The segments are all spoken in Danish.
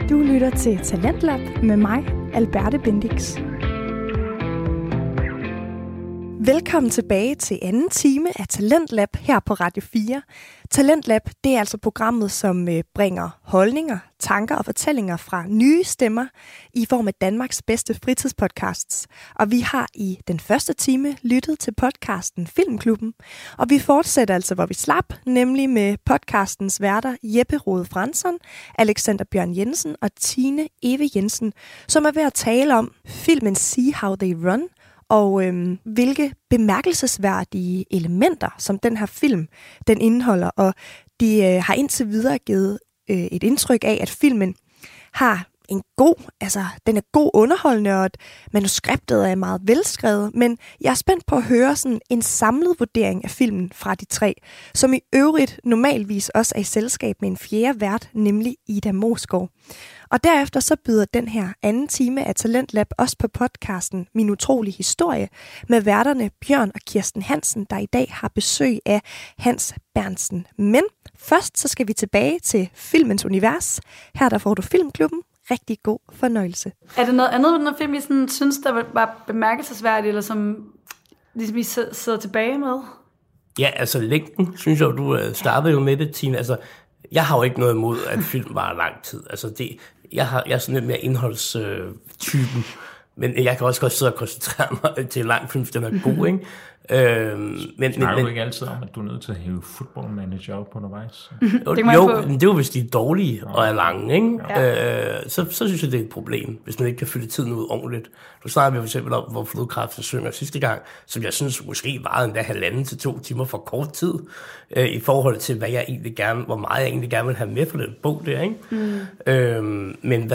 Du lytter til Talentlab med mig, Alberte Bendix. Velkommen tilbage til anden time af Talentlab her på Radio 4. Talentlab, det er altså programmet, som bringer holdninger, tanker og fortællinger fra nye stemmer i form af Danmarks bedste fritidspodcasts. Og vi har i den første time lyttet til podcasten Filmklubben. Og vi fortsætter altså, hvor vi slap, nemlig med podcastens værter Jeppe Rode Fransson, Alexander Bjørn Jensen og Tine Eve Jensen, som er ved at tale om filmen See How They Run, og hvilke bemærkelsesværdige elementer, som den her film den indeholder. Og de har indtil videre givet et indtryk af, at filmen har den er god underholdende, og at manuskriptet er meget velskrevet. Men jeg er spændt på at høre sådan en samlet vurdering af filmen fra de tre, som i øvrigt normalvis også er i selskab med en fjerde vært, nemlig Ida Moskov. Og derefter så byder den her anden time af Talentlab også på podcasten Min Utrolige Historie med værterne Bjørn og Kirsten Hansen, der i dag har besøg af Hans Berntsen. Men først så skal vi tilbage til filmens univers. Her der får du Filmklubben. Rigtig god fornøjelse. Er det noget andet ved den her film, I sådan, synes, der var bemærkelsesværdigt, eller som ligesom I sidder tilbage med? Ja, altså længden, synes jeg, du startede jo med det, Tine. Altså, jeg har jo ikke noget imod, at film varer lang tid. Altså, jeg er sådan lidt mere indholdstypen, men jeg kan også godt sidde og koncentrere mig til en lang film, den er god, ikke? Men snakker du ikke altid om, at du er nødt til at hæve Football Manager op undervejs? Men det er jo, hvis de er dårlige og er lange, ikke? Ja. Så synes jeg, det er et problem, hvis man ikke kan fylde tiden ud ordentligt. Nu snakker vi for eksempel om, hvor Flodkræfter synger sidste gang, som jeg synes måske varede endda 1,5 til 2 timer for kort tid, i forhold til, hvor meget jeg egentlig gerne vil have med for den bog der, ikke? Men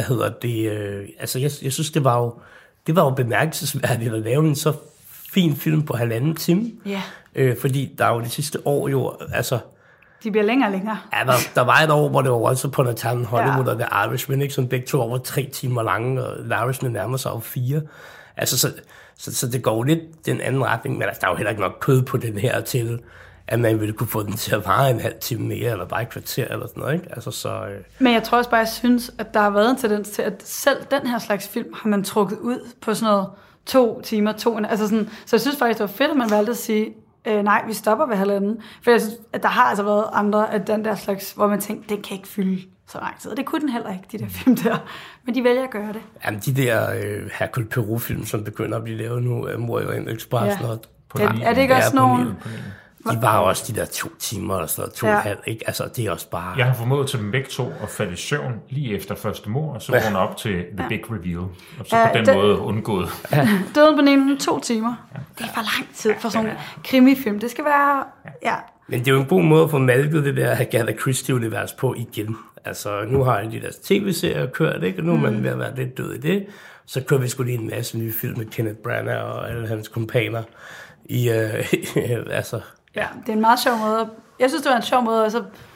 altså jeg synes, det var jo bemærkelsesværdigt at lave en så fin film på 1,5 time. Yeah. Fordi der er jo de sidste år jo, altså... De bliver længere og længere. Ja, der var et år, hvor det var også på Nathan Hollywood og The Irishman, ikke? Som begge to over 3 timer lange, og The Irishman nærmer sig over 4. Altså, så det går lidt den anden retning, men altså, der er jo heller ikke nok kød på den her til, at man ville kunne få den til at vare 1,5 time mere, eller bare et kvarter, eller sådan noget, ikke? Altså, så... Men jeg tror også bare, jeg synes, at der har været en tendens til, at selv den her slags film har man trukket ud på sådan noget 2 timer, altså sådan, så jeg synes faktisk, det var fedt, at man valgte at sige, nej, vi stopper ved 1,5. For jeg synes, at der har altså været andre af den der slags, hvor man tænkte, den kan ikke fylde så lang tid. Og det kunne den heller ikke, de der film der. Men de vælger at gøre det. Jamen, de der Hercule Poirot-film, som begynder at blive lavet nu, Mord i Orient Express. Ja. Er det ikke også nogen... De var også de der 2 timer eller sådan noget, 2,5, ikke? Altså, det er også bare... Jeg har formået til dem begge to at falde i søvn lige efter første mord, og så vågne op til The Big Reveal. Og så på den måde undgået. Døden på Nilen 2 timer. Ja. Det er for lang tid for sådan en krimifilm. Det skal være... Ja. Men det er jo en god måde at få malket det der Agatha Christie-univers på igen. Altså, nu har jeg de der tv-serier kørt, ikke? Og nu er man ved at være lidt død i det. Så kører vi sgu lige en masse nye film med Kenneth Branagh og alle hans kompaner i... altså... Ja, det er en meget sjov måde. Jeg synes, det var en sjov måde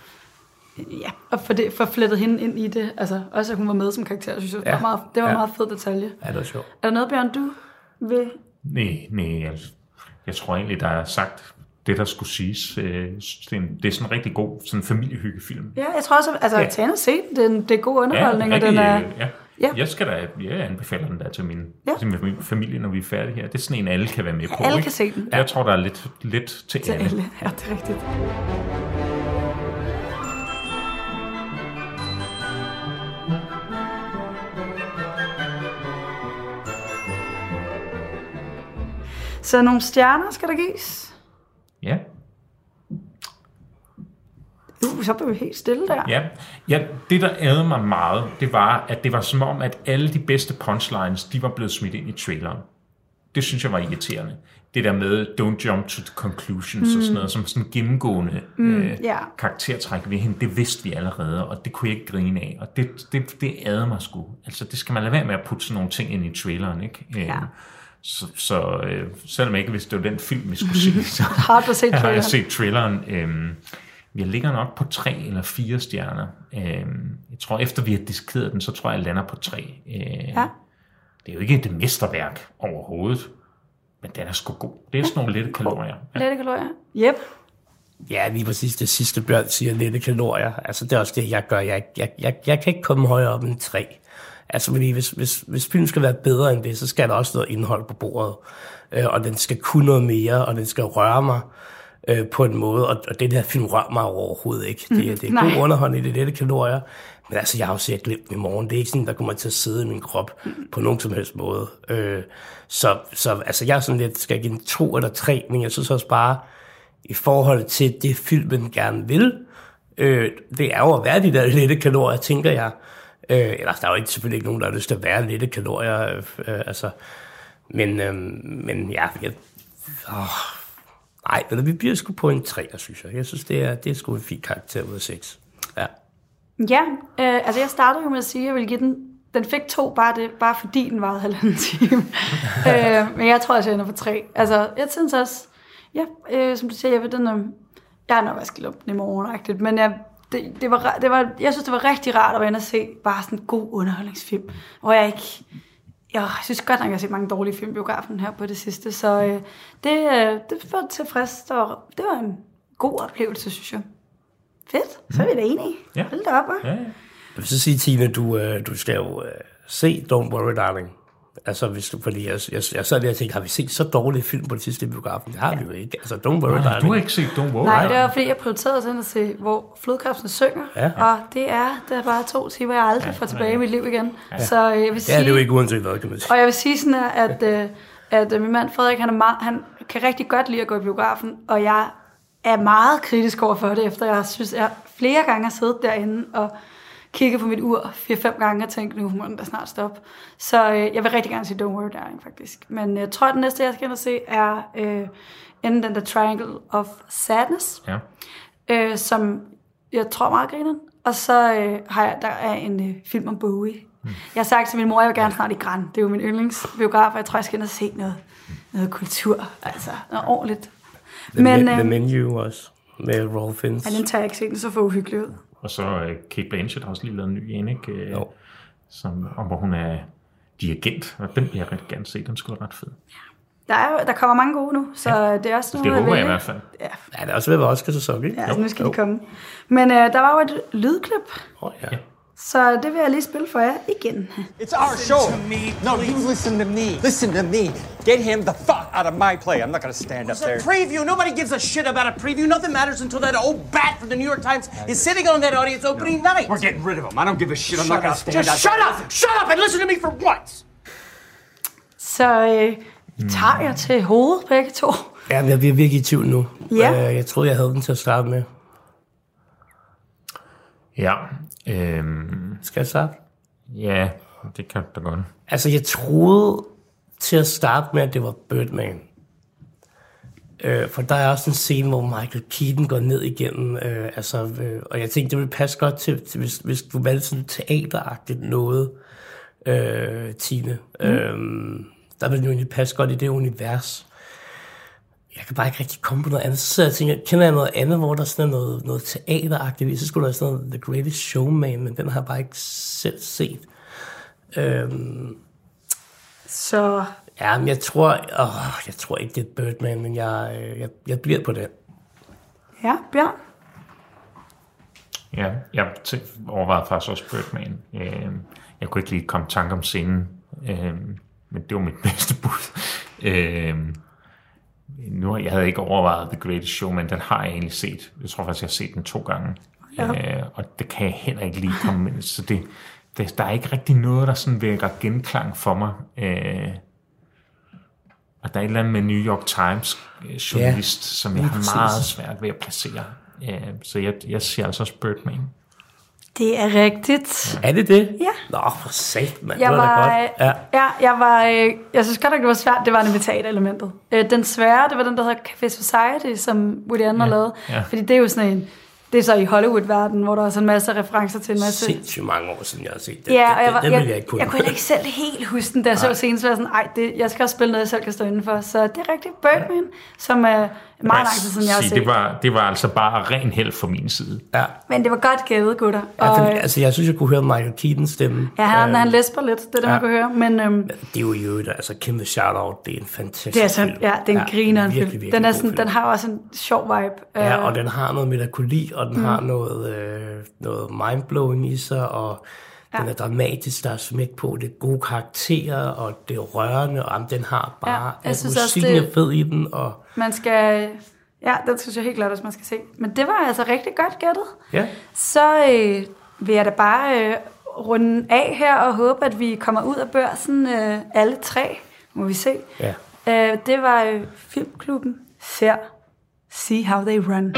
at få flettet hende ind i det. Altså, også at hun var med som karakter, synes jeg. Det var en meget fed detalje. Ja, det var sjovt. Er der noget, Bjørn, du vil? Nej, jeg tror egentlig, der er sagt det, der skulle siges. Det er sådan en rigtig god sådan familiehyggefilm. Ja, jeg tror også, tag og se den. Det er god underholdning, ja, og den er... Ja. Jeg anbefaler den der til min familie, når vi er færdige her. Det er sådan en, alle kan være med på. Alle kan se den. Jeg tror, der er lidt til alle. Ja, det er rigtigt. Så nogle stjerner skal der gives? Ja. Så blev vi helt stille der. Ja, det der ærede mig meget, det var, at det var som om, at alle de bedste punchlines, de var blevet smidt ind i traileren. Det synes jeg var irriterende. Det der med, don't jump to the conclusions og sådan noget, som sådan gennemgående karaktertræk ved hende, det vidste vi allerede, og det kunne jeg ikke grine af. Og det ærede mig sgu. Altså, det skal man lade være med at putte sådan nogle ting ind i traileren, ikke? Ja. Så selvom jeg ikke vidste, det var den film, vi skulle se, så har jeg set traileren. Jeg ligger nok på 3 eller 4 stjerner. Jeg tror, efter vi har diskuteret den, så tror jeg lander på 3. Det er jo ikke et mesterværk overhovedet, men den er sgu god. Det er sådan nogle lette kalorier. Lette kalorier. Yep. Ja, lige præcis det sidste, Bjørn siger, lette kalorier. Altså, det er også det, jeg gør. Jeg kan ikke komme højere op end 3. Altså, fordi hvis film skal være bedre end det, så skal der også noget indhold på bordet. Og den skal kunne noget mere, og den skal røre mig på en måde. Og det her film rører mig overhovedet ikke. Det er god underholdning i det lette kalorier. Men altså, jeg har jo set glemt i morgen. Det er ikke sådan, der kommer til at sidde i min krop på nogen som helst måde. Så altså, jeg er sådan lidt, skal jeg give en 2 eller 3, men jeg synes også bare, i forhold til det filmen gerne vil, det er jo at være de der lette kalorier, tænker jeg. Eller der er jo selvfølgelig ikke nogen, der har lyst til at være lette kalorier. Altså, men ja, nej, vi bliver sgu på en 3, synes jeg. Jeg synes, det er sgu en fin karakter ud af 6. Ja. Ja, altså jeg startede jo med at sige, at jeg ville give den fik 2, bare fordi den varede 1,5 time. Men jeg tror, jeg ender på 3. Altså, jeg synes også, ja, som du siger, jeg er nok også lumpen i morgenagtigt, men jeg synes, det var rigtig rart at være inde og se bare sådan en god underholdningsfilm, hvor jeg synes godt nok, jeg har set mange dårlige film i biografen her på det sidste, så det var tilfreds, det var en god oplevelse, synes jeg. Fedt, så er vi da enige. Ja. Hold da op, hva'? Ja. Jeg vil så sige, Tine, du skal jo se Don't Worry Darling. Altså, fordi jeg sad der og tænkte, har vi set så dårlige film på det sidste biografen? Det har vi jo ikke. Altså, Don't Worry Darling. Du har ikke set Don't Worry? Nej, det var fordi, jeg prioriterede sådan at se, hvor flodkrebsene synger. Ja. Og det er bare 2 timer, jeg aldrig får tilbage i mit liv igen. Ja. Så jeg vil sige... Ja, det er jo ikke uanset hvad, kan man sige. Og jeg vil sige sådan, at min mand Frederik, han kan rigtig godt lide at gå i biografen, og jeg er meget kritisk over for det, efter jeg synes, jeg flere gange har siddet derinde og kigget på mit ur 4-5 gange og tænkt, nu må den da snart stoppe. Så jeg vil rigtig gerne se Don't Worry Darling, faktisk. Men jeg tror, at den næste, jeg skal ind og se, er enten den der Triangle of Sadness, som jeg tror meget griner. Og så der er en film om Bowie. Jeg har sagt til min mor, at jeg vil gerne snart i Grand. Det er jo min yndlingsbiograf, og jeg tror, jeg skal ind og se noget kultur. Altså, noget ordentligt. The Menu også, med Rolf Fiennes. Den tager jeg ikke set, den så for uhyggelig ud. Og så Cate Blanchett har også lige lavet en ny en, ikke? Hvor hun er dirigent, og den vil jeg rigtig gerne se. Den skulle være ret fed. Ja. Der kommer mange gode nu, så det er også noget, det håber jeg i hvert fald. Ja, det er også ved at være Oscar-sæson, ikke? Ja, nu skal de komme. Men der var jo et lydklip. Ja. Så det vil jeg lige spille for jer igen. It's our show. No, you listen to me. Listen to me. Get him the fuck out of my play. I'm not gonna stand up there. It's a preview. Nobody gives a shit about a preview. Nothing matters until that old bat from the New York Times is sitting on that audience opening night. We're getting rid of him. I don't give a shit. I'm not gonna stand up. Just shut up! Shut up and listen to me for once! Så tager jeg til hovedet begge to. Ja, men jeg bliver virkelig i tvivl nu. Ja. Jeg troede, jeg havde den til at starte med. Ja. Skal jeg starte? Ja, det kan du godt. Altså, jeg troede til at starte med, at det var Birdman. For der er også en scene, hvor Michael Keaton går ned igennem. Og jeg tænkte, det ville passe godt til hvis du valgte sådan teateragtigt noget, Tine. Der ville det jo egentlig passe godt i det univers. Jeg kan bare ikke rigtig komme på noget andet. Så jeg tænker, kender jeg noget andet, hvor der sådan er noget teateragtigt? Så skulle der være sådan noget The Greatest Showman, men den har jeg bare ikke selv set. Så... Ja, men jeg tror ikke, det er Birdman, men jeg bliver på det. Ja, Bjørn? Ja, jeg overvejede faktisk også Birdman. Jeg kunne ikke lige komme i tanke om scenen, men det var mit bedste bud. Jeg havde ikke overvejet The Greatest Showman, den har jeg egentlig set. Jeg tror faktisk, jeg har set den 2 gange. Ja. Og det kan jeg heller ikke lige komme med. Så der er ikke rigtig noget, der sådan vækker genklang for mig. Og der er et eller andet med New York Times journalist, som jeg har meget svært ved at placere. Så jeg siger altså også Birdman. Det er rigtigt. Ja. Er det det? Ja. Nå, for sat, mand. Det var jeg synes godt nok, det var svært. Det var nemlig teaterelementet. Den svære, det var den, der hedder Café Society, som Woody Allen har lavet. Ja. Fordi det er jo sådan en... Det er så i Hollywood-verdenen, hvor der er sådan en masse referencer til en masse... Sindssygt mange år siden, jeg har set det. Ja, og jeg kunne heller ikke selv helt huske den, der så senest var sådan, jeg skal også spille noget, jeg selv kan stå indenfor. Så det er rigtigt. Birdman, som er Meget lang tid siden, jeg har set. Det var altså bare ren held fra min side. Ja. Men det var godt gævet, gutter. Ja, altså, jeg synes, jeg kunne høre Michael Keatons stemme. Ja, han læsper lidt, det er det, man kunne høre. Men, det er jo altså kæmpe shout-out. Det er en fantastisk film. Ja, det er en griner film. Virkelig Den er sådan, den har også en sjov vibe. Ja, og den har noget melankoli, og den har noget mindblowing i sig, og den er dramatisk, der er smæk på, det er gode karakterer, og det er rørende, og den har bare, musikken er fed i den, og man skal, den synes jeg helt klart også, man skal se. Men det var altså rigtig godt gættet. Ja. Så vil jeg da bare runde af her, og håbe, at vi kommer ud af børsen alle tre, må vi se. Ja. Det var Filmklubben ser See How They Run.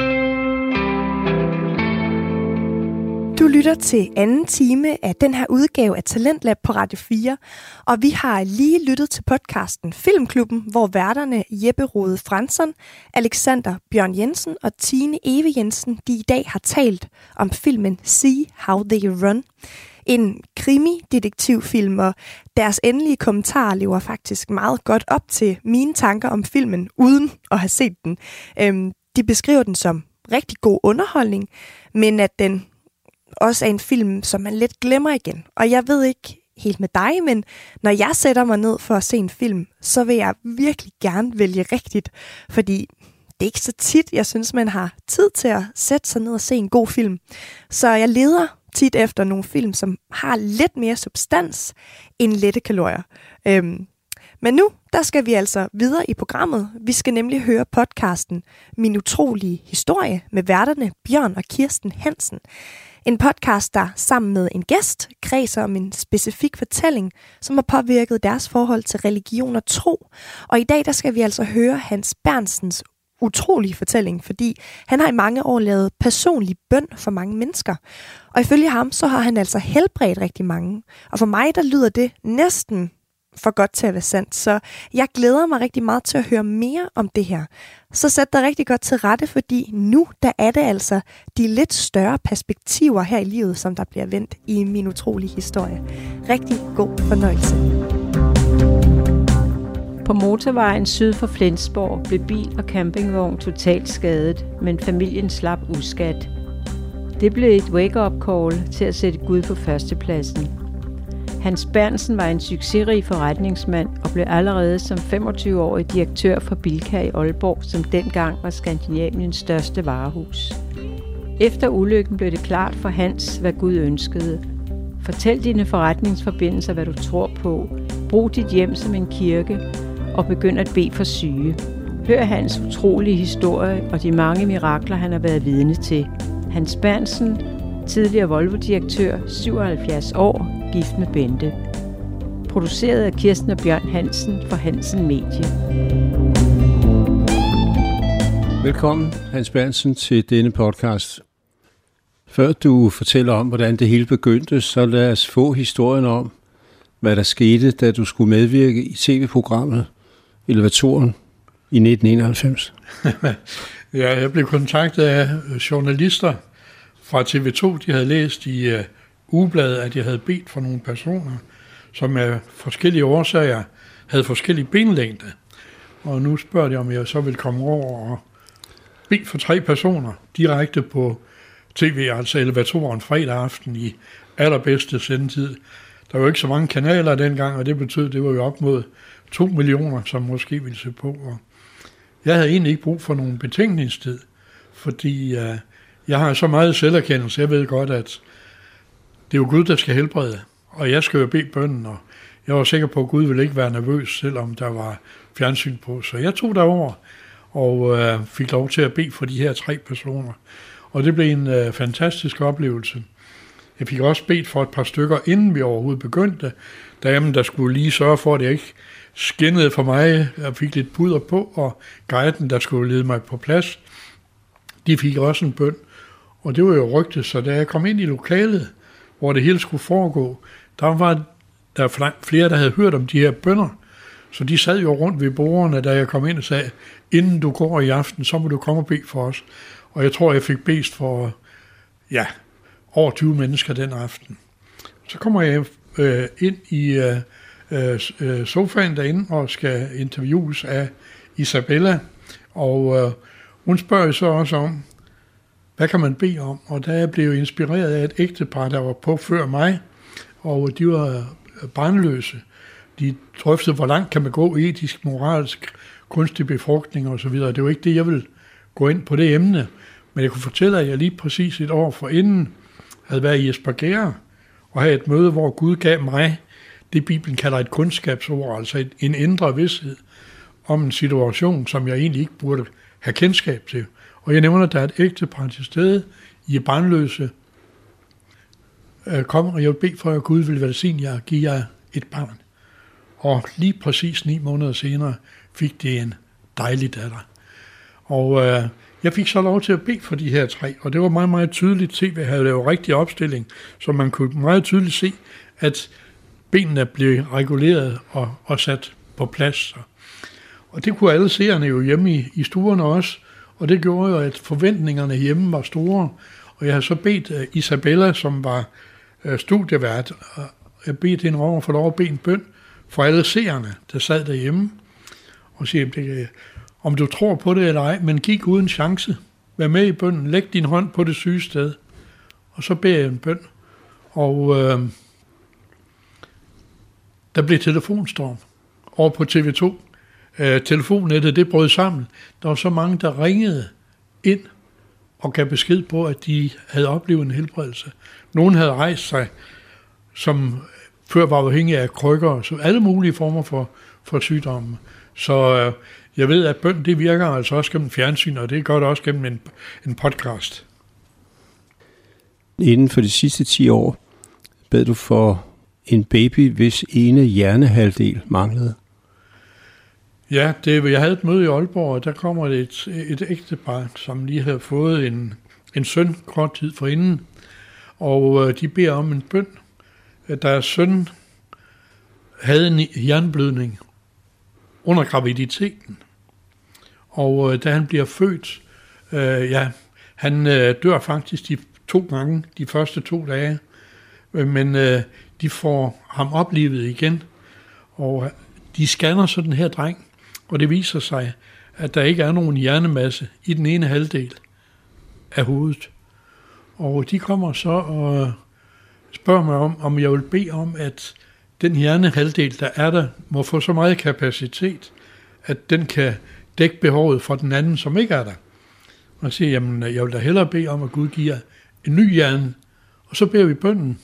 Du lytter til anden time af den her udgave af Talentlab på Radio 4, og vi har lige lyttet til podcasten Filmklubben, hvor værterne Jeppe Rode Fransson, Alexander Bjørn Jensen og Tine Eve Jensen, de i dag har talt om filmen See How They Run. En krimi-detektivfilm, og deres endelige kommentarer lever faktisk meget godt op til mine tanker om filmen, uden at have set den. De beskriver den som rigtig god underholdning, men at den også er en film, som man lidt glemmer igen. Og jeg ved ikke helt med dig, men når jeg sætter mig ned for at se en film, så vil jeg virkelig gerne vælge rigtigt, fordi det er ikke så tit, jeg synes, man har tid til at sætte sig ned og se en god film. Så jeg leder tit efter nogle film, som har lidt mere substans end lette kalorier. Men nu, der skal vi altså videre i programmet. Vi skal nemlig høre podcasten Min Utrolige Historie med værterne Bjørn og Kirsten Hansen. En podcast, der sammen med en gæst kredser om en specifik fortælling, som har påvirket deres forhold til religion og tro. Og i dag, der skal vi altså høre Hans Berntsens utrolige fortælling, fordi han har i mange år lavet personlig bøn for mange mennesker. Og ifølge ham, så har han altså helbredt rigtig mange. Og for mig, der lyder det næsten for godt til at være sandt. Så jeg glæder mig rigtig meget til at høre mere om det her. Så sæt dig rigtig godt til rette, fordi nu der er det altså de lidt større perspektiver her i livet, som der bliver vendt i Min Utrolige Historie. Rigtig god fornøjelse. På motorvejen syd for Flensborg blev bil og campingvogn totalt skadet, men familien slap uskadt. Det blev et wake-up call til at sætte Gud på førstepladsen. Hans Berntzen var en succesrig forretningsmand og blev allerede som 25-årig direktør for Bilka i Aalborg, som dengang var Skandinaviens største varehus. Efter ulykken blev det klart for Hans, hvad Gud ønskede. Fortæl dine forretningsforbindelser, hvad du tror på. Brug dit hjem som en kirke og begynd at bede for syge. Hør Hans utrolige historie og de mange mirakler, han har været vidne til. Hans Berntzen, tidligere Volvo-direktør, 77 år, gift med Bente. Produceret af Kirsten og Bjørn Hansen for Hansen Medie. Velkommen, Hans Berntzen, til denne podcast. Før du fortæller om, hvordan det hele begyndte, så lad os få historien om, hvad der skete, da du skulle medvirke i tv-programmet Elevatoren i 1991. Ja, jeg blev kontaktet af journalister fra TV2. De havde læst i ugebladet, at jeg havde bedt for nogle personer, som af forskellige årsager havde forskellige benlængde. Og nu spørger de, om jeg så vil komme over og bede for 3 personer direkte på tv, altså Elevatoren fredag aften i allerbedste sendetid. Der var jo ikke så mange kanaler dengang, og det betød, det var jo op mod 2 millioner, som måske ville se på. Og jeg havde egentlig ikke brug for nogen betænkningstid, fordi jeg har så meget selverkendelse. Jeg ved godt, at det er jo Gud, der skal helbrede, og jeg skal jo bede bønnen, og jeg var sikker på, at Gud ville ikke være nervøs, selvom der var fjernsyn på. Så jeg tog derover og fik lov til at bede for de her 3 personer. Og det blev en fantastisk oplevelse. Jeg fik også bedt for et par stykker, inden vi overhovedet begyndte. Damen, der skulle lige sørge for, at jeg ikke skinnede for mig. Jeg fik lidt pudder på, og guiden, der skulle lede mig på plads, de fik også en bøn. Og det var jo rygtet, så da jeg kom ind i lokalet, hvor det hele skulle foregå, der var der flere, der havde hørt om de her bønner. Så de sad jo rundt ved bordene, da jeg kom ind og sagde, inden du går i aften, så må du komme og bede for os. Og jeg tror, jeg fik bedt for over 20 mennesker den aften. Så kommer jeg ind i sofaen derinde og skal interviews af Isabella. Og Hun spørger så også om, hvad kan man bede om? Og der blev jeg inspireret af et ægtepar, der var på før mig, og de var barnløse. De drøftede, hvor langt kan man gå etisk, moralsk, kunstig befrugtning osv. Det var ikke det, jeg ville gå ind på det emne. Men jeg kunne fortælle, at jeg lige præcis et år forinden havde været i Esbjerg og havde et møde, hvor Gud gav mig det, Bibelen kalder et kundskabsord, altså en indre vished om en situation, som jeg egentlig ikke burde have kendskab til. Og jeg nævner, at der er et ægtepar til stede, I er barnløse. Kom, og jeg vil bede for, at Gud vil velsigne jer og give jer et barn. Og lige præcis 9 måneder senere fik det en dejlig datter. Og jeg fik så lov til at bede for de her 3, og det var meget, meget tydeligt. TV havde lavet rigtig opstilling, så man kunne meget tydeligt se, at benene blev reguleret og sat på plads. Og det kunne alle seerne jo hjemme i stuerne også, og det gjorde jo, at forventningerne hjemme var store. Og jeg har så bedt Isabella, som var studievært, og jeg bedte hende over for lov at bede en bøn for alle seerne, der sad derhjemme, og siger, om du tror på det eller ej, men gik uden chance. Vær med i bønnen, læg din hånd på det syge sted. Og så beder jeg en bøn. Og der blev telefonstorm over på TV2. Telefonnettet, det brød sammen. Der var så mange, der ringede ind og gav besked på, at de havde oplevet en helbredelse. Nogen havde rejst sig, som før var afhængige af krykker, så alle mulige former for sygdomme. Så jeg ved, at bøn, det virker altså også gennem fjernsyn, og det gør det også gennem en podcast. Inden for de sidste 10 år bad du for en baby, hvis ene hjernehalvdel manglede. Ja, jeg havde et møde i Aalborg, og der kommer et ægtepar, som lige havde fået en søn kort tid forinden, og de beder om en bøn. Deres søn havde en hjerneblødning under graviditeten, og da han bliver født, han dør faktisk 2 gange de første 2 dage, men de får ham oplivet igen, og de scanner så den her dreng, og det viser sig, at der ikke er nogen hjernemasse i den ene halvdel af hovedet. Og de kommer så og spørger mig om jeg vil bede om, at den hjernehalvdel, der er der, må få så meget kapacitet, at den kan dække behovet for den anden, som ikke er der. Og jeg siger, jamen, jeg vil da hellere bede om, at Gud giver en ny hjerne. Og så beder vi bønnen.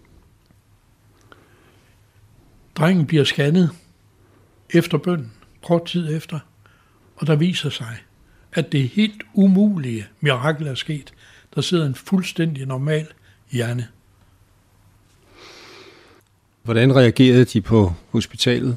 Drengen bliver scannet efter bønnen, kort tid efter, og der viser sig, at det helt umulige mirakel er sket. Der sidder en fuldstændig normal hjerne. Hvordan reagerede de på hospitalet?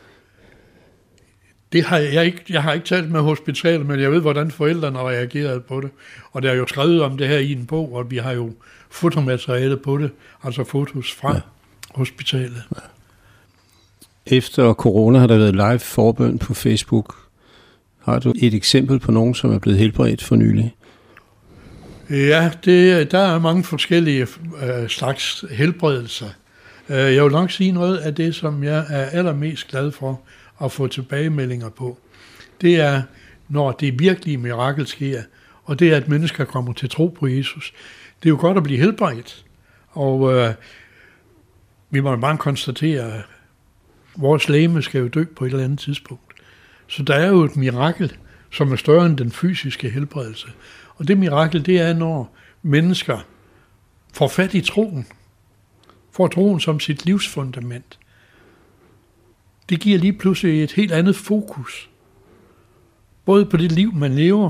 Det har jeg har ikke talt med hospitalet, men jeg ved, hvordan forældrene reagerede på det. Og der er jo skrevet om det her i en bog, og vi har jo fotomateriale på det, altså fotos fra hospitalet. Ja. Efter corona har der været live forbøn på Facebook. Har du et eksempel på nogen, som er blevet helbredt for nylig? Ja, der er mange forskellige slags helbredelser. Jeg vil nok sige noget af det, som jeg er allermest glad for at få tilbagemeldinger på. Det er, når det virkelige mirakel sker, og det er, at mennesker kommer til tro på Jesus. Det er jo godt at blive helbredt, og vi må bare konstatere, at vores legeme skal jo dø på et eller andet tidspunkt. Så der er jo et mirakel, som er større end den fysiske helbredelse. Og det mirakel, det er, når mennesker får fat i troen, får troen som sit livsfundament. Det giver lige pludselig et helt andet fokus, både på det liv, man lever,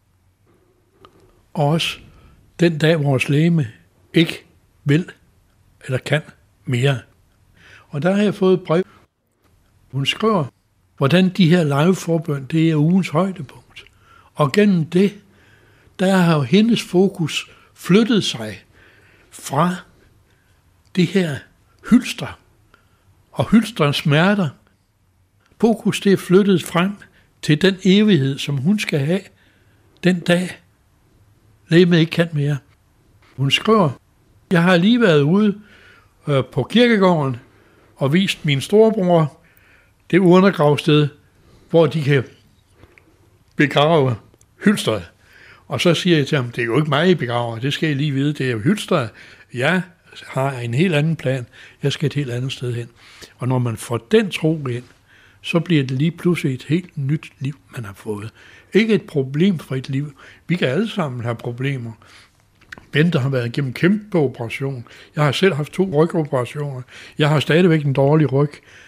og også den dag, vores legeme ikke vil eller kan mere. Og der har jeg fået et brev. Hun skriver, hvordan de her live-forbøn, det er ugens højdepunkt. Og gennem det, der har jo hendes fokus flyttet sig fra det her hylster og hylsterens smerter. Fokus, det er flyttet frem til den evighed, som hun skal have den dag, legemet ikke kan mere. Hun skriver, jeg har lige været ude på kirkegården og vist min storebror det urnegravsted, hvor de kan begrave Hylsted. Og så siger jeg til ham, det er jo ikke mig, I begraver, det skal I lige vide, det er jo Hylsted. Jeg har en helt anden plan, jeg skal et helt andet sted hen. Og når man får den tro ind, så bliver det lige pludselig et helt nyt liv, man har fået. Ikke et problemfrit liv. Vi kan alle sammen have problemer. Bente har været igennem kæmpe operation. Jeg har selv haft 2 rygoperationer. Jeg har stadigvæk en dårlig ryg.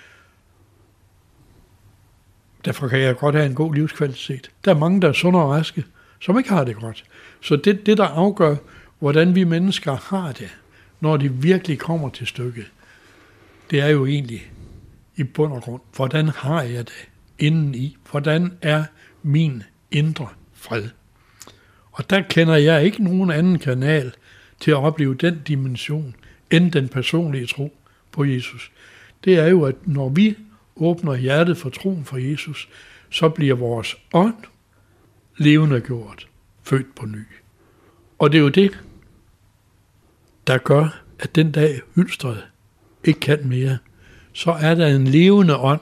Derfor kan jeg godt have en god livskvalitet. Der er mange, der er sunde og raske, som ikke har det godt. Så det der afgør, hvordan vi mennesker har det, når de virkelig kommer til stykket, det er jo egentlig i bund og grund, hvordan har jeg det indeni? Hvordan er min indre fred? Og der kender jeg ikke nogen anden kanal til at opleve den dimension, end den personlige tro på Jesus. Det er jo, at når vi åbner hjertet for troen for Jesus, så bliver vores ånd levende gjort, født på ny. Og det er jo det, der gør, at den dag Hylsted ikke kan mere, så er der en levende ånd,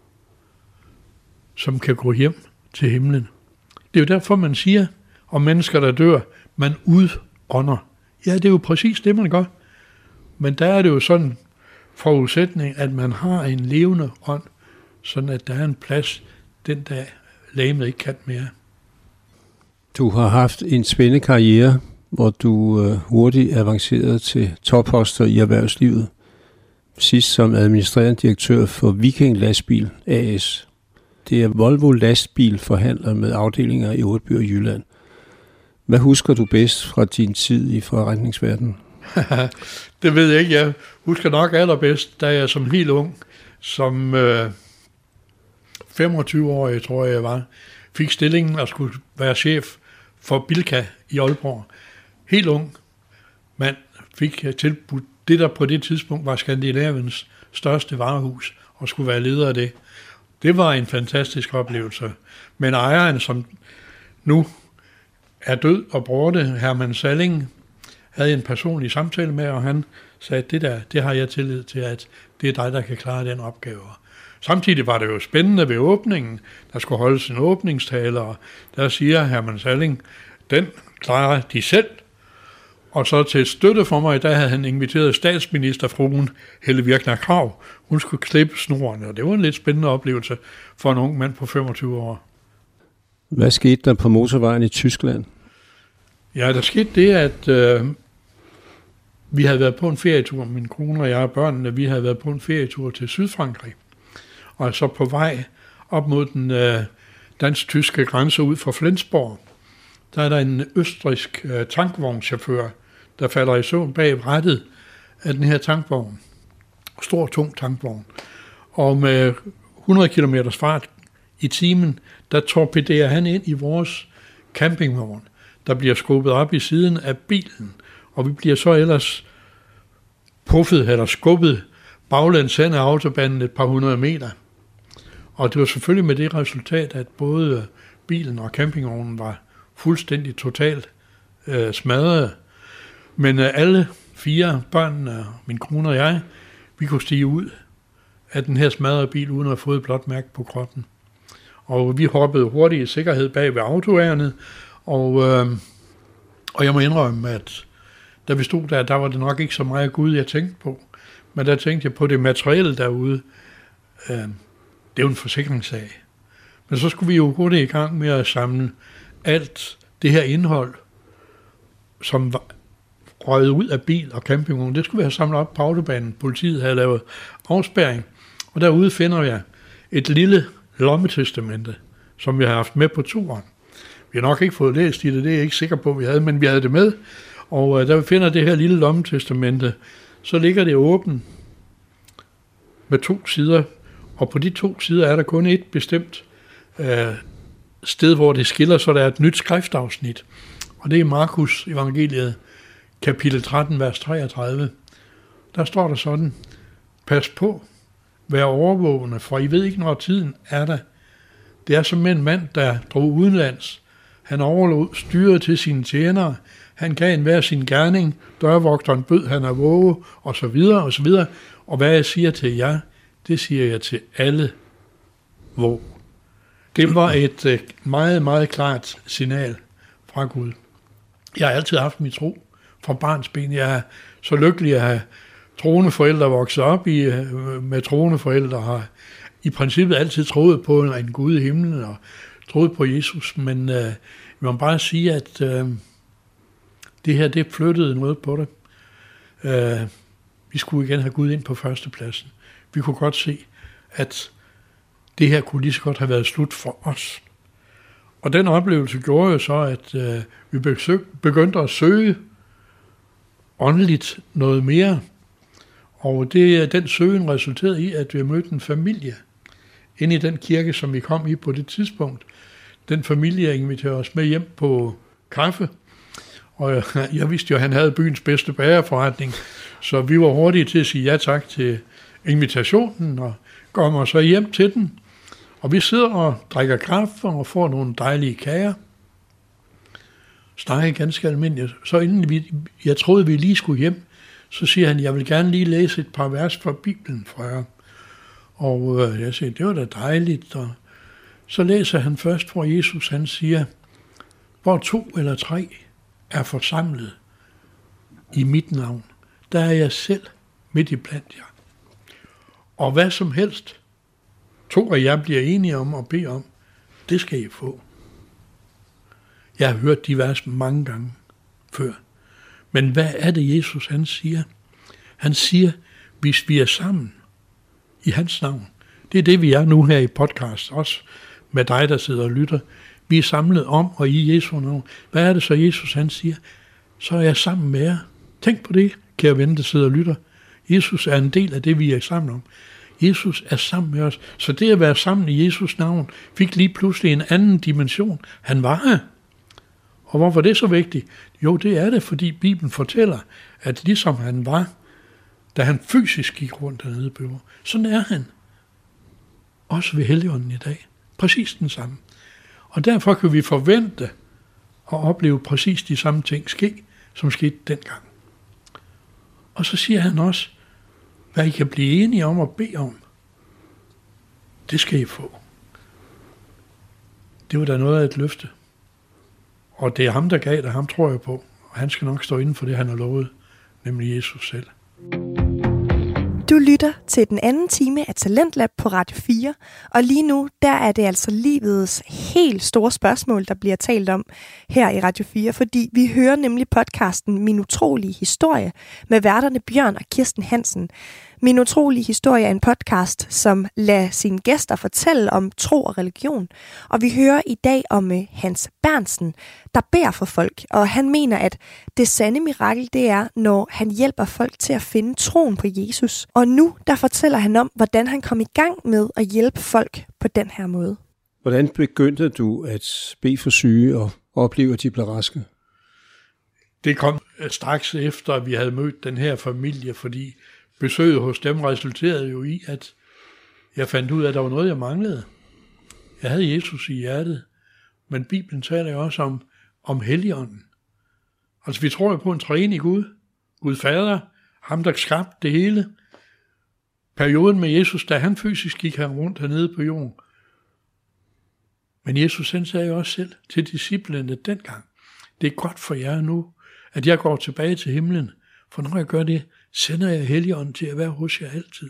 som kan gå hjem til himlen. Det er jo derfor, man siger om mennesker, der dør, man udånder. Ja, det er jo præcis det, man gør. Men der er det jo sådan forudsætning, at man har en levende ånd, sådan at der er en plads den dag, legemet ikke kan mere. Du har haft en spændende karriere, hvor du hurtigt avancerede til topposter i erhvervslivet. Sidst som administrerende direktør for Viking Lastbil AS. Det er Volvo lastbilforhandler med afdelinger i Årby og Jylland. Hvad husker du bedst fra din tid i forretningsverdenen? Det ved jeg ikke. Jeg husker nok allerbedst, da jeg som helt ung, som 25-årig, tror jeg var, fik stillingen og skulle være chef for Bilka i Aalborg. Helt ung mand fik tilbudt det, der på det tidspunkt var Skandinaviens største varehus, og skulle være leder af det. Det var en fantastisk oplevelse. Men ejeren, som nu er død og borte, Herman Salling, havde en personlig samtale med, og han sagde, det har jeg tillid til, at det er dig, der kan klare den opgave. Samtidig var det jo spændende ved åbningen. Der skulle holdes en åbningstale, og der siger Herman Salling, den klarer de selv. Og så til støtte for mig, der havde han inviteret statsministerfruen Helle Virkner Krag. Hun skulle klippe snoren, og det var en lidt spændende oplevelse for en ung mand på 25 år. Hvad skete der på motorvejen i Tyskland? Ja, der skete det, at vi havde været på en ferietur, min kone og jeg og børnene, vi havde været på en ferietur til Sydfrankrig. Og så på vej op mod den dansk-tyske grænse ud fra Flensborg, der er der en østrigsk tankvognschauffør, der falder i søvn bag rattet af den her tankvogn. Stor, tung tankvogn. Og med 100 km fart i timen, der torpederer han ind i vores campingvogn, der bliver skubbet op i siden af bilen. Og vi bliver så ellers puffet eller skubbet baglæns hen af autobanen et par 100 meter. Og det var selvfølgelig med det resultat, at både bilen og campingvognen var fuldstændig totalt smadrede. Men alle 4 børn, min kone og jeg, vi kunne stige ud af den her smadrede bil, uden at have fået et blåt mærke på kroppen. Og vi hoppede hurtigt i sikkerhed bag ved autoærnet, og jeg må indrømme, at da vi stod der var det nok ikke så meget Gud, jeg tænkte på. Men der tænkte jeg på det materielle derude. Det er jo en forsikringssag. Men så skulle vi jo hurtigt i gang med at samle alt det her indhold, som var røget ud af bil og campingvogn. Det skulle vi have samlet op på autobanen. Politiet havde lavet afspærring. Og derude finder jeg et lille lommetestamente, som vi har haft med på turen. Vi har nok ikke fået læst i det, det er jeg ikke sikker på, vi havde, men vi havde det med. Og da vi finder det her lille lommetestamente, så ligger det åbent med 2 sider. Og på de 2 sider er der kun et bestemt sted, hvor det skiller, så der er et nyt skriftafsnit. Og det er Markus evangeliet, kapitel 13, vers 33. Der står der sådan: pas på, vær overvågende, for I ved ikke, når tiden er der. Det er som en mand, der drog udenlands. Han overlod styret til sine tjenere. Han gav enhver sin gerning. Dørvogteren bød han at våge, og så videre, og så videre. Og hvad jeg siger til jer, det siger jeg til alle våg. Det var et meget, meget klart signal fra Gud. Jeg har altid haft min tro fra barnsben. Jeg er så lykkelig at have troende forældre vokset op med troende forældre, har i princippet altid troet på en Gud i himlen og troet på Jesus, men jeg må bare sige, at det her, det flyttede noget på det. Vi skulle igen have Gud ind på førstepladsen. Vi kunne godt se, at det her kunne lige så godt have været slut for os. Og den oplevelse gjorde jo så, at vi begyndte at søge åndeligt noget mere. Og den søgen resulterede i, at vi mødte en familie inde i den kirke, som vi kom i på det tidspunkt. Den familie inviterede os med hjem på kaffe. Og jeg vidste jo, at han havde byens bedste bagerforretning, så vi var hurtige til at sige ja tak til invitationen og kommer så hjem til den. Og vi sidder og drikker kaffe og får nogle dejlige kager. Snakker ganske almindeligt. Så inden jeg troede, vi lige skulle hjem, så siger han, jeg vil gerne lige læse et par vers fra Bibelen fra jer. Og jeg siger, det var da dejligt. Og så læser han først, hvor Jesus han siger, hvor 2 eller 3 er forsamlet i mit navn, der er jeg selv midt i blandt jer. Og hvad som helst, 2 af jer bliver enige om og beder om, det skal I få. Jeg har hørt de vers mange gange før. Men hvad er det, Jesus han siger? Han siger, hvis vi er sammen i hans navn. Det er det, vi er nu her i podcast, også med dig, der sidder og lytter. Vi er samlet om og i Jesu navn. Hvad er det så, Jesus han siger? Så er jeg sammen med jer. Tænk på det, kære ven, der sidder og lytter. Jesus er en del af det, vi er sammen om. Jesus er sammen med os. Så det at være sammen i Jesus navn fik lige pludselig en anden dimension. Han var her. Og hvorfor er det så vigtigt? Jo, det er det, fordi Bibelen fortæller, at ligesom han var, da han fysisk gik rundt dernede på jorden, sådan er han også ved Helligånden i dag. Præcis den samme. Og derfor kan vi forvente at opleve præcis de samme ting ske, som skete dengang. Og så siger han også, hvad I kan blive enige om og bede om, det skal I få. Det var da noget af et løfte. Og det er ham, der gav det, ham tror jeg på. Og han skal nok stå inden for det, han har lovet, nemlig Jesus selv. Du lytter til den anden time af Talentlab på Radio 4, og lige nu, der er det altså livets helt store spørgsmål, der bliver talt om her i Radio 4, fordi vi hører nemlig podcasten Min Utrolige Historie med værterne Bjørn og Kirsten Hansen. Min Utrolige Historie er en podcast, som lader sine gæster fortælle om tro og religion, og vi hører i dag om Hans Berntsen, der beder for folk, og han mener, at det sande mirakel, det er, når han hjælper folk til at finde troen på Jesus. Og nu, der fortæller han om, hvordan han kom i gang med at hjælpe folk på den her måde. Hvordan begyndte du at bede for syge og opleve, at de blev raske? Det kom straks efter, at vi havde mødt den her familie, fordi besøget hos dem resulterede jo i, at jeg fandt ud af, at der var noget, jeg manglede. Jeg havde Jesus i hjertet, men Bibelen taler jo også om Helligånden. Altså vi tror jo på en treenig Gud, Gud Fader, ham der skabte det hele. Perioden med Jesus, da han fysisk gik her rundt hernede på jorden. Men Jesus han sagde jo også selv til disciplene dengang, det er godt for jer nu, at jeg går tilbage til himlen, for når jeg gør det, sender jeg Helligånden til at være hos jer altid.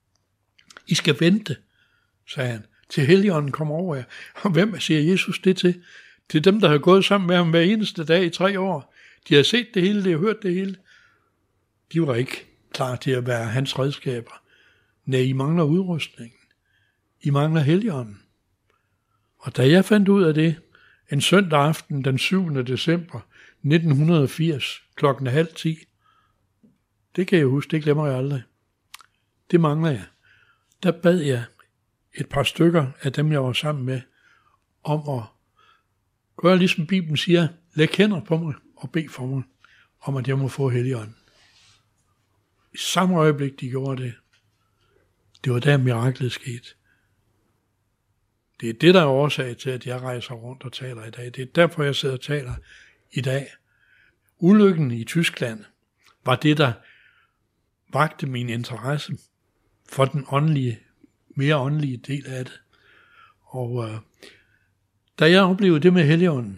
I skal vente, sagde han, til Helligånden kommer over jer. Og hvem siger Jesus det til? Til dem, der har gået sammen med ham hver eneste dag i 3 år. De har set det hele, de har hørt det hele. De var ikke klar til at være hans redskaber. Nej, I mangler udrustningen. I mangler Helligånden. Og da jeg fandt ud af det, en søndag aften den 7. december 1980, 9:30, det kan jeg huske, det glemmer jeg aldrig. Det mangler jeg. Der bad jeg et par stykker af dem, jeg var sammen med, om at gøre ligesom Bibelen siger, læg hænder på mig og bed for mig, om at jeg må få Helligånden. I samme øjeblik, de gjorde det, det var der miraklet skete. Det er det, der er årsag til, at jeg rejser rundt og taler i dag. Det er derfor, jeg sidder og taler i dag. Ulykken i Tyskland var det, der vakte min interesse for den mere åndelige del af det. Og da jeg oplevede det med Helligånden,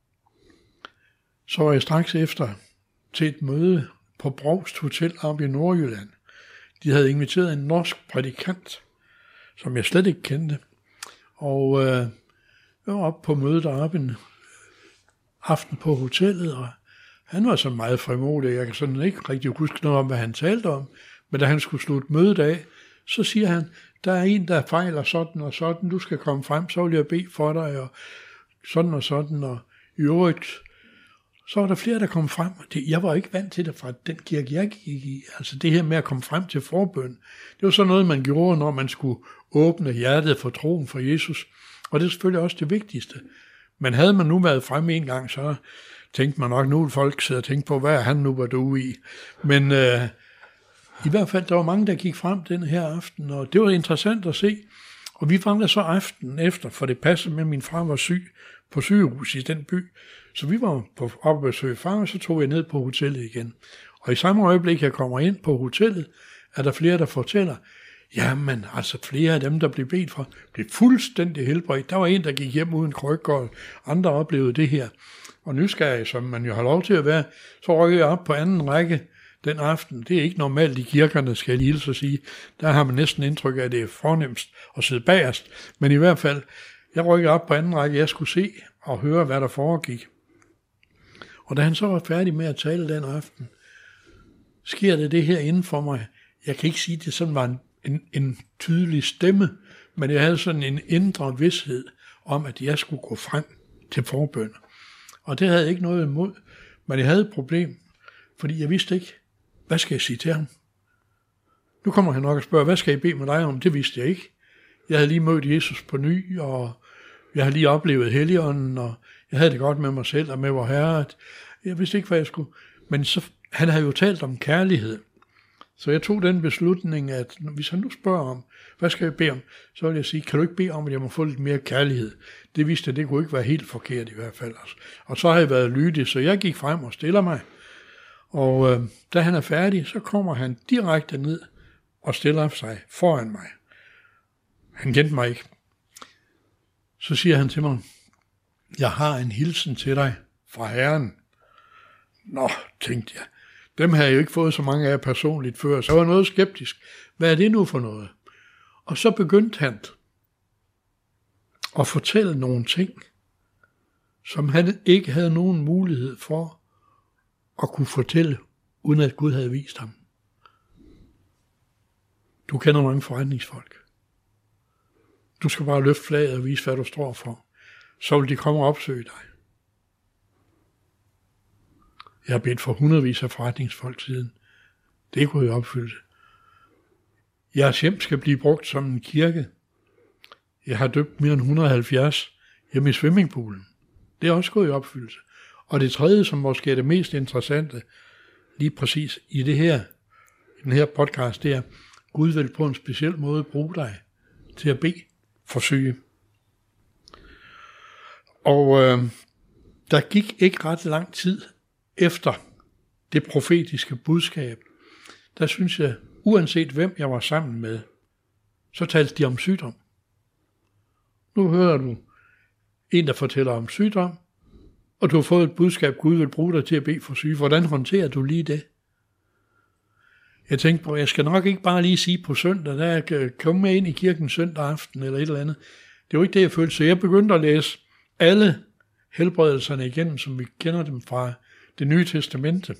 så var jeg straks efter til et møde på Brovst Hotel oppe i Nordjylland. De havde inviteret en norsk prædikant, som jeg slet ikke kendte. Og jeg var oppe på mødet deroppe en aften på hotellet, og han var så meget frimodig. Jeg kan sådan ikke rigtig huske noget om, hvad han talte om. Men da han skulle slutte mødet af, så siger han, der er en, der fejler sådan og sådan. Du skal komme frem, så vil jeg bede for dig, og sådan og sådan. Og i øvrigt, så var der flere, der kom frem. Jeg var ikke vant til det fra den kirke, jeg gik i. Altså det her med at komme frem til forbøn, det var sådan noget, man gjorde, når man skulle åbne hjertet for troen for Jesus. Og det er selvfølgelig også det vigtigste. Men havde man nu været fremme en gang, så tænkte man nok, nu vil folk sidde og tænke på, hvad er han nu var du i. Men i hvert fald, der var mange, der gik frem den her aften, og det var interessant at se. Og vi var der så aftenen efter, for det passede med, at min far var syg på sygehus i den by. Så vi var oppe og besøge far, og så tog jeg ned på hotellet igen. Og i samme øjeblik, jeg kommer ind på hotellet, er der flere, der fortæller, jamen, altså flere af dem, der blev bedt for, blev fuldstændig helbredt. Der var en, der gik hjem uden krykker, og andre oplevede det her. Og nysgerrig, som man jo har lov til at være, så rykker jeg op på anden række den aften. Det er ikke normalt i kirkerne, skal jeg lige så sige. Der har man næsten indtryk af, at det er fornemst at sidde bagerst. Men i hvert fald, jeg rykker op på anden række, jeg skulle se og høre, hvad der foregik. Og da han så var færdig med at tale den aften, sker det her inden for mig. Jeg kan ikke sige, at det sådan var en tydelig stemme, men jeg havde sådan en indre vished om, at jeg skulle gå frem til forbøn. Og det havde jeg ikke noget imod, men jeg havde et problem, fordi jeg vidste ikke, hvad skal jeg sige til ham? Nu kommer han nok og spørger, hvad skal jeg bede med dig om? Det vidste jeg ikke. Jeg havde lige mødt Jesus på ny, og jeg havde lige oplevet Helligånden, og jeg havde det godt med mig selv og med vor Herre. Jeg vidste ikke, hvad jeg skulle. Men så, han havde jo talt om kærlighed. Så jeg tog den beslutning, at hvis han nu spørger om, hvad skal jeg bede om, så vil jeg sige, kan du ikke bede om, at jeg må få lidt mere kærlighed? Det vidste jeg, det kunne ikke være helt forkert i hvert fald. Og så har jeg været lydig, så jeg gik frem og stiller mig. Og da han er færdig, så kommer han direkte ned og stiller sig foran mig. Han kendte mig ikke. Så siger han til mig, jeg har en hilsen til dig fra Herren. Nå, tænkte jeg. Dem har jeg jo ikke fået så mange af personligt før, så jeg var noget skeptisk. Hvad er det nu for noget? Og så begyndte han at fortælle nogle ting, som han ikke havde nogen mulighed for at kunne fortælle, uden at Gud havde vist ham. Du kender mange forretningsfolk. Du skal bare løfte flaget og vise, hvad du står for. Så vil de komme og opsøge dig. Jeg har bedt for hundredvis af forretningsfolk siden. Det kunne jeg opfylde. Jeres hjem skal blive brugt som en kirke. Jeg har døbt mere end 170 hjemme i swimmingpoolen. Det er også gået i opfyldelse. Og det tredje, som måske er det mest interessante, lige præcis i den her podcast, det er, Gud vil på en speciel måde bruge dig til at bede for syge. Og der gik ikke ret lang tid efter det profetiske budskab. Der synes jeg, uanset hvem jeg var sammen med, så talte de om sygdom. Nu hører du en, der fortæller om sygdom, og du har fået et budskab, Gud vil bruge dig til at bede for syge. Hvordan håndterer du lige det? Jeg tænkte på, jeg skal nok ikke bare lige sige på søndag, der jeg komme med ind i kirken søndag aften eller et eller andet. Det var ikke det, jeg følte. Så jeg begyndte at læse alle helbredelserne igennem, som vi kender dem fra Det Nye Testamente.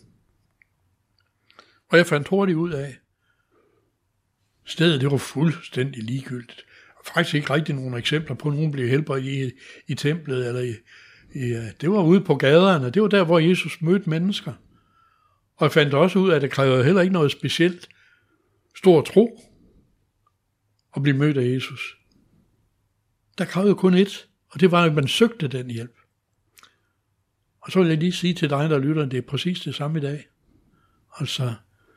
Og jeg fandt hurtigt ud af, stedet det var fuldstændig ligegyldigt. Faktisk ikke rigtig nogle eksempler på, at nogen blev helbredt i templet, eller det var ude på gaderne. Det var der, hvor Jesus mødte mennesker. Og jeg fandt også ud af, at det krævede heller ikke noget specielt stor tro at blive mødt af Jesus. Der krævede kun ét, og det var, at man søgte den hjælp. Og så vil jeg lige sige til dig, der lytter, at det er præcis det samme i dag. Altså,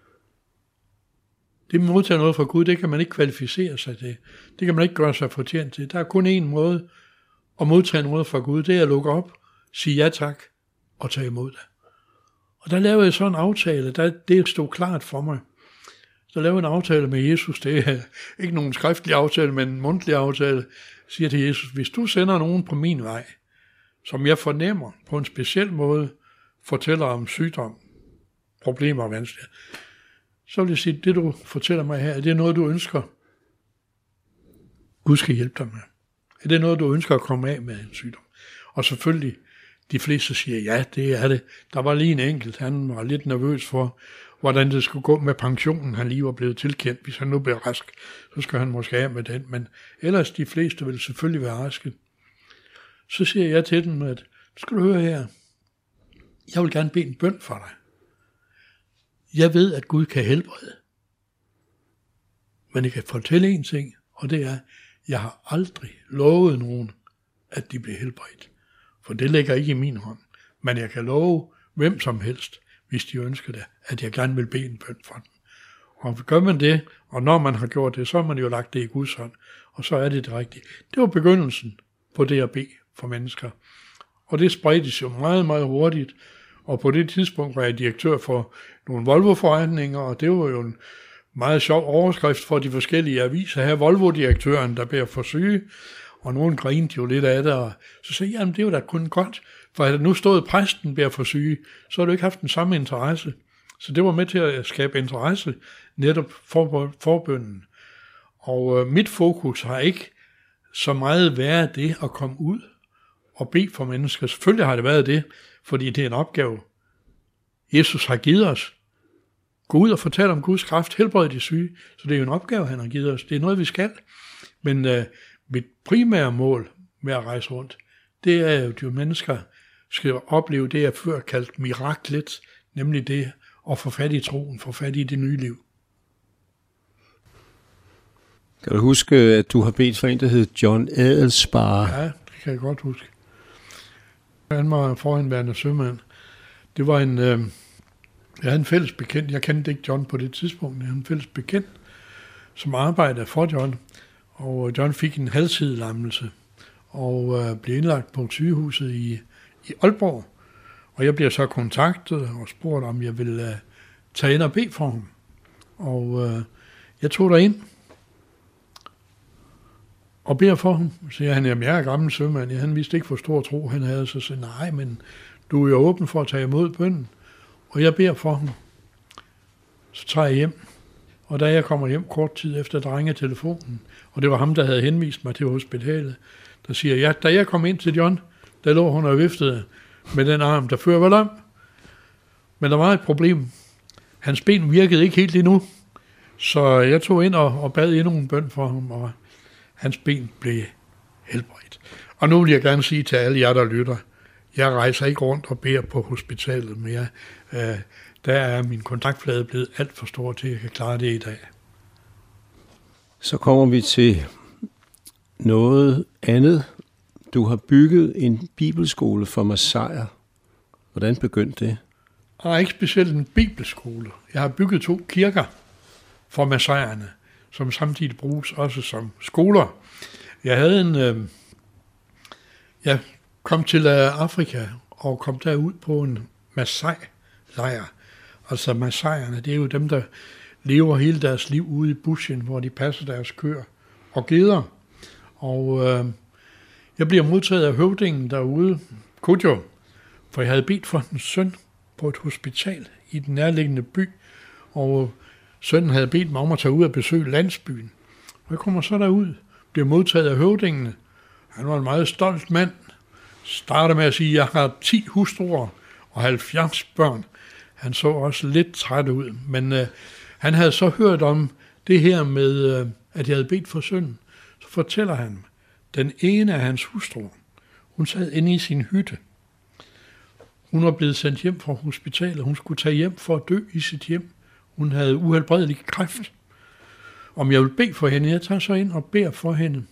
det med at modtage noget fra Gud, det kan man ikke kvalificere sig til. Det kan man ikke gøre sig fortjent til. Der er kun én måde at modtage noget fra Gud, det er at lukke op, sige ja tak og tage imod det. Og der lavede jeg så en aftale, det stod klart for mig. Så lavede jeg en aftale med Jesus, det er ikke nogen skriftlig aftale, men en mundtlig aftale. siger til Jesus, hvis du sender nogen på min vej, som jeg fornemmer på en speciel måde, fortæller om sygdom, problemer og vanskeligheder, så vil jeg sige, det du fortæller mig her, er det noget, du ønsker, Gud skal hjælpe dig med? Er det noget, du ønsker at komme af med en sygdom? Og selvfølgelig, de fleste siger, ja, det er det. Der var lige en enkelt, han var lidt nervøs for, hvordan det skulle gå med pensionen, han lige var blevet tilkendt. Hvis han nu blev rask, så skal han måske af med den. Men ellers de fleste vil selvfølgelig være raske. Så siger jeg til dem, at skal du høre her, jeg vil gerne bede en bøn for dig. Jeg ved, at Gud kan helbrede. Men jeg kan fortælle en ting, og det er, jeg har aldrig lovet nogen, at de bliver helbredt. For det ligger ikke i min hånd. Men jeg kan love hvem som helst, hvis de ønsker det, at jeg gerne vil bede en bøn for dem. Og gør man det, og når man har gjort det, så har man jo lagt det i Guds hånd, og så er det rigtige. Det var begyndelsen på det at bede for mennesker. Og det spredtes jo meget, meget hurtigt. Og på det tidspunkt var jeg direktør for nogle Volvo-forretninger, og det var jo en meget sjov overskrift for de forskellige aviser. Her Volvo-direktøren, der beder for syge, og nogen grinede jo lidt af det, og så sagde jeg, jamen det var da kun godt, for at nu stod præsten beder for syge, så har du ikke haft den samme interesse. Så det var med til at skabe interesse netop for forbønnen. Og mit fokus har ikke så meget været det at komme ud og bede for mennesker. Selvfølgelig har det været det, fordi det er en opgave, Jesus har givet os. Gå ud og fortælle om Guds kraft, helbrede de syge. Så det er jo en opgave, han har givet os. Det er noget, vi skal. Men mit primære mål med at rejse rundt, det er jo, at mennesker skal opleve det, jeg før kaldt miraklet, nemlig det at få fat i troen, få fat i det nye liv. Kan du huske, at du har bedt for en, der hed John Adelsparre? Ja, det kan jeg godt huske. Han var forhenværende sømand. Det var jeg havde en fælles bekendt, jeg kendte ikke John på det tidspunkt, jeg havde en fælles bekendt, som arbejdede for John, og John fik en halvsidelammelse, og blev indlagt på sygehuset i Aalborg, og jeg bliver så kontaktet og spurgt, om jeg ville tage ind og bede for ham, og jeg tog derind og beder for ham. Så siger han, jamen jeg er gammel sømand, han vidste ikke, hvor stor tro han havde, så siger nej, men du er jo åben for at tage imod bønnen. Og jeg beder for ham. Så tager jeg hjem. Og da jeg kommer hjem kort tid efter, ringer telefonen. Og det var ham, der havde henvist mig til hospitalet. Der siger jeg, da jeg kom ind til John, der lå hun og viftede med den arm, der før var lam. Men der var et problem. Hans ben virkede ikke helt endnu. Så jeg tog ind og bad endnu en bøn for ham, og hans ben blev helbredt. Og nu vil jeg gerne sige til alle jer, der lytter, jeg rejser ikke rundt og beder på hospitalet mere. Der er min kontaktflade blevet alt for stor til, at jeg kan klare det i dag. Så kommer vi til noget andet. Du har bygget en bibelskole for masaier. Hvordan begyndte det? Og ikke specielt en bibelskole. Jeg har bygget 2 kirker for masaierne, som samtidig bruges også som skoler. Jeg havde jeg kom til Afrika og kom derud på en Masai-lejr. Altså Masaierne, det er jo dem, der lever hele deres liv ude i bushen, hvor de passer deres køer og geder. Og jeg bliver modtaget af høvdingen derude, Kudjo, for jeg havde bedt for en søn på et hospital i den nærliggende by, og sønnen havde bedt mig om at tage ud og besøge landsbyen. Og jeg kommer så derud, bliver modtaget af høvdingene. Han var en meget stolt mand. Starter med at sige, at jeg har 10 hustruer og 70 børn. Han så også lidt træt ud, men han havde så hørt om det her med, at jeg havde bedt for sønnen. Så fortæller han, den ene af hans hustruer, hun sad inde i sin hytte. Hun var blevet sendt hjem fra hospitalet. Hun skulle tage hjem for at dø i sit hjem. Hun havde uhelbredelig kræft. Om jeg vil bede for hende, jeg tager så ind og beder for hende.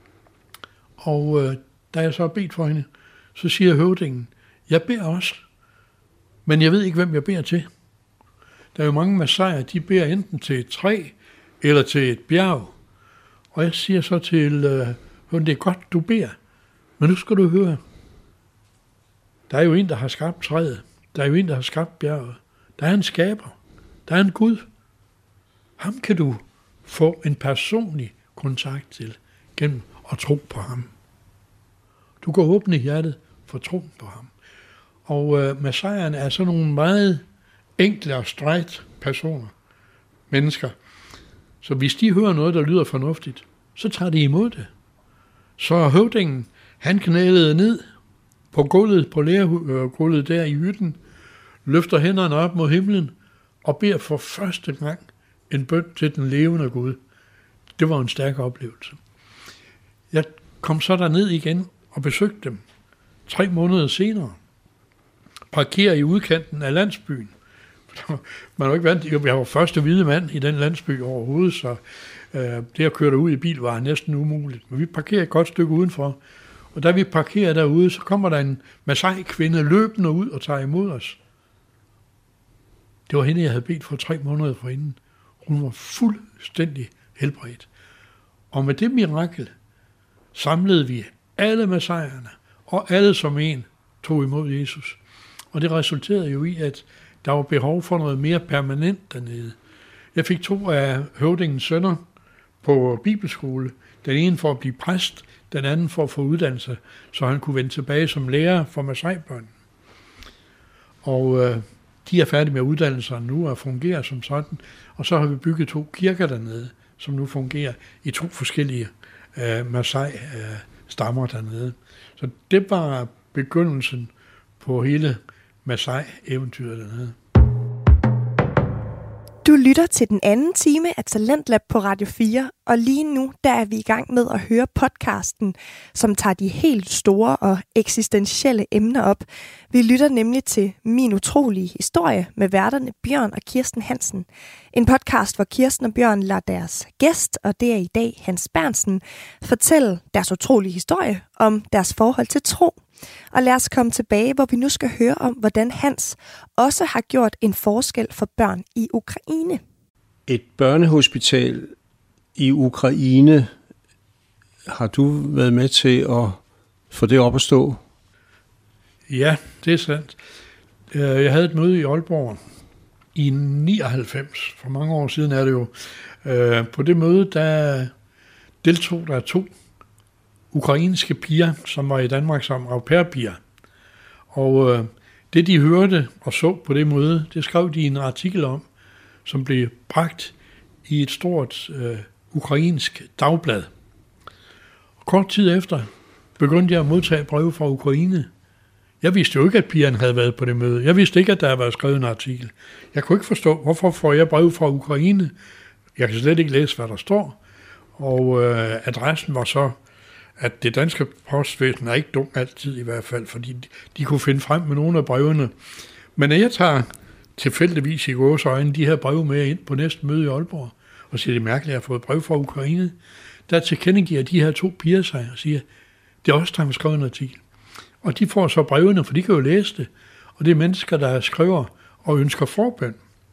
Og da jeg så har bedt for hende, så siger høvdingen, jeg beder også, men jeg ved ikke, hvem jeg beder til. Der er jo mange masaier, de beder enten til et træ eller til et bjerg. Og jeg siger så til høvdingen, det er godt, du beder, men nu skal du høre. Der er jo en, der har skabt træet. Der er jo en, der har skabt bjerget. Der er en skaber. Der er en Gud. Ham kan du få en personlig kontakt til gennem og tro på ham. Du kan åbne hjertet for troen på ham. Og messiaherne er sådan nogle meget enkle og straight personer, mennesker. Så hvis de hører noget, der lyder fornuftigt, så tager de imod det. Så høvdingen, han knælede ned på gulvet, på lærgulvet der i hytten, løfter hænderne op mod himlen og beder for første gang en bøn til den levende Gud. Det var en stærk oplevelse. Jeg kom så derned igen og besøgte dem 3 måneder senere. Parkerer i udkanten af landsbyen. Man var ikke vant, jeg var første hvide mand i den landsby overhovedet, så det at køre derud i bil var næsten umuligt. Men vi parkerer et godt stykke udenfor, og da vi parkerer derude, så kommer der en Masai-kvinde løbende ud og tager imod os. Det var hende, jeg havde bedt for 3 måneder forinden. Hun var fuldstændig helbredt. Og med det mirakel samlede vi alle Masaierne, og alle som en tog imod Jesus. Og det resulterede jo i, at der var behov for noget mere permanent dernede. Jeg fik 2 af høvdingens sønner på bibelskole. Den ene for at blive præst, den anden for at få uddannelse, så han kunne vende tilbage som lærer for Masai-børn. Og de er færdige med uddannelserne nu og fungerer som sådan. Og så har vi bygget 2 kirker dernede, som nu fungerer i 2 forskellige Masai-stammer dernede. Så det var begyndelsen på hele Masai-eventyret dernede. Du lytter til den anden time af Talentlab på Radio 4, og lige nu der er vi i gang med at høre podcasten, som tager de helt store og eksistentielle emner op. Vi lytter nemlig til Min utrolige historie med værterne Bjørn og Kirsten Hansen. En podcast, hvor Kirsten og Bjørn lader deres gæst, og det er i dag Hans Berntsen, fortælle deres utrolige historie om deres forhold til tro. Og lad os komme tilbage, hvor vi nu skal høre om, hvordan Hans også har gjort en forskel for børn i Ukraine. Et børnehospital i Ukraine, har du været med til at få det op at stå? Ja, det er sandt. Jeg havde et møde i Aalborg i 99, for mange år siden er det jo. På det møde, der deltog der 2 ukrainske piger, som var i Danmark som au pair-piger. Og det, de hørte og så på det møde, det skrev de en artikel om, som blev bragt i et stort ukrainsk dagblad. Og kort tid efter begyndte jeg at modtage breve fra Ukraine. Jeg vidste jo ikke, at pigerne havde været på det møde. Jeg vidste ikke, at der havde været skrevet en artikel. Jeg kunne ikke forstå, hvorfor får jeg breve fra Ukraine. Jeg kan slet ikke læse, hvad der står. Og adressen var så, at det danske postvæsen er ikke dumt altid i hvert fald, fordi de kunne finde frem med nogle af brevene. Men når jeg tager tilfældigvis i gåseøjne de her breve med ind på næste møde i Aalborg, og siger, det er mærkeligt, at jeg har fået brev fra Ukraine, der tilkendegiver de her 2 piger sig og siger, det er også der har skrevet en artikel. Og de får så brevene, for de kan jo læse det, og det er mennesker, der skriver og ønsker forbøn.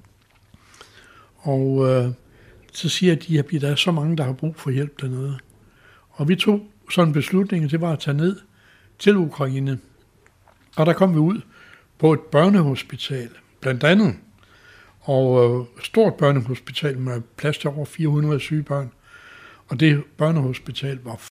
Og så siger de, at der er så mange, der har brug for hjælp dernede. Og vi tog sådan en beslutning, det var at tage ned til Ukraine. Og der kom vi ud på et børnehospital, blandt andet. Og stort børnehospital med plads til over 400 syge børn. Og det børnehospital var